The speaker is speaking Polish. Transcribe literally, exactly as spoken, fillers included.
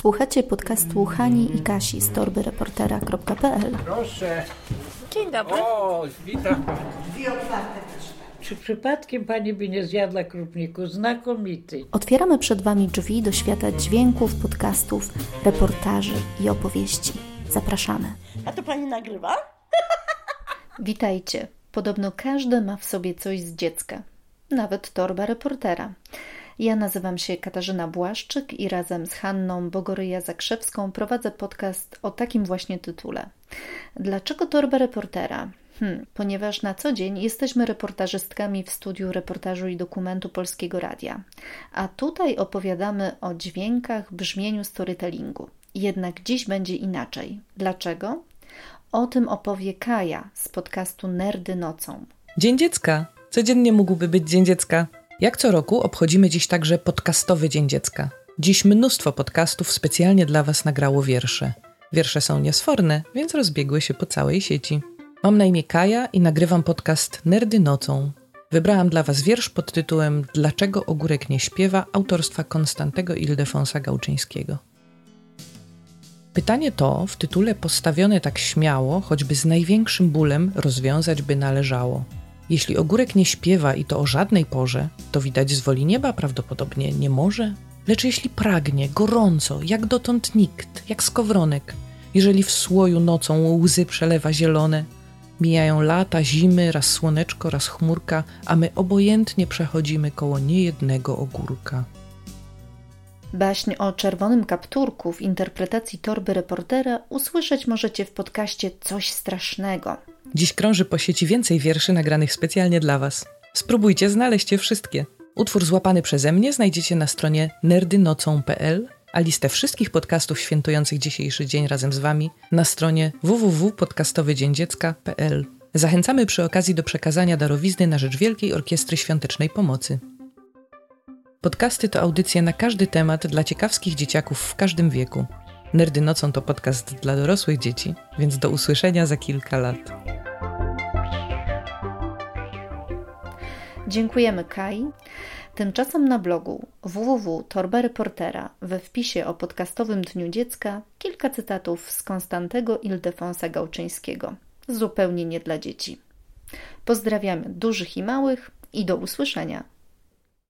Słuchacie podcastu Hani i Kasi z torby reportera kropka pe el. Proszę. Dzień dobry. O, witam. Dwie otwarte proszę. Czy przypadkiem pani by nie zjadła krupniku? Znakomity. Otwieramy przed Wami drzwi do świata dźwięków, podcastów, reportaży i opowieści. Zapraszamy. A to pani nagrywa? Witajcie. Podobno każdy ma w sobie coś z dziecka. Nawet torba reportera. Ja nazywam się Katarzyna Błaszczyk i razem z Hanną Bogoryja-Zakrzewską prowadzę podcast o takim właśnie tytule. Dlaczego torba reportera? Hmm, ponieważ na co dzień jesteśmy reportażystkami w studiu reportażu i dokumentu Polskiego Radia. A tutaj opowiadamy o dźwiękach, brzmieniu, storytellingu. Jednak dziś będzie inaczej. Dlaczego? O tym opowie Kaja z podcastu Nerdy nocą. Dzień Dziecka! Codziennie mógłby być Dzień Dziecka. Jak co roku obchodzimy dziś także podcastowy Dzień Dziecka. Dziś mnóstwo podcastów specjalnie dla Was nagrało wiersze. Wiersze są niesforne, więc rozbiegły się po całej sieci. Mam na imię Kaja i nagrywam podcast Nerdy nocą. Wybrałam dla Was wiersz pod tytułem Dlaczego ogórek nie śpiewa autorstwa Konstantego Ildefonsa Gałczyńskiego. Pytanie to w tytule postawione tak śmiało, choćby z największym bólem rozwiązać by należało. Jeśli ogórek nie śpiewa i to o żadnej porze, to widać z woli nieba prawdopodobnie nie może. Lecz jeśli pragnie, gorąco, jak dotąd nikt, jak skowronek, jeżeli w słoju nocą łzy przelewa zielone, mijają lata, zimy, raz słoneczko, raz chmurka, a my obojętnie przechodzimy koło niejednego ogórka. Baśń o czerwonym kapturku w interpretacji torby reportera usłyszeć możecie w podcaście Coś strasznego. Dziś krąży po sieci więcej wierszy nagranych specjalnie dla Was. Spróbujcie, znaleźć je wszystkie. Utwór złapany przeze mnie znajdziecie na stronie nerdy nocą kropka pe el, a listę wszystkich podcastów świętujących dzisiejszy dzień razem z Wami na stronie w w w kropka podcastowy dzień dziecka kropka pe el. Zachęcamy przy okazji do przekazania darowizny na rzecz Wielkiej Orkiestry Świątecznej Pomocy. Podcasty to audycje na każdy temat dla ciekawskich dzieciaków w każdym wieku. Nerdy nocą to podcast dla dorosłych dzieci, więc do usłyszenia za kilka lat. Dziękujemy Kai. Tymczasem na blogu w w w kropka torba reportera we wpisie o podcastowym Dniu Dziecka kilka cytatów z Konstantego Ildefonsa Gałczyńskiego. Zupełnie nie dla dzieci. Pozdrawiamy dużych i małych i do usłyszenia.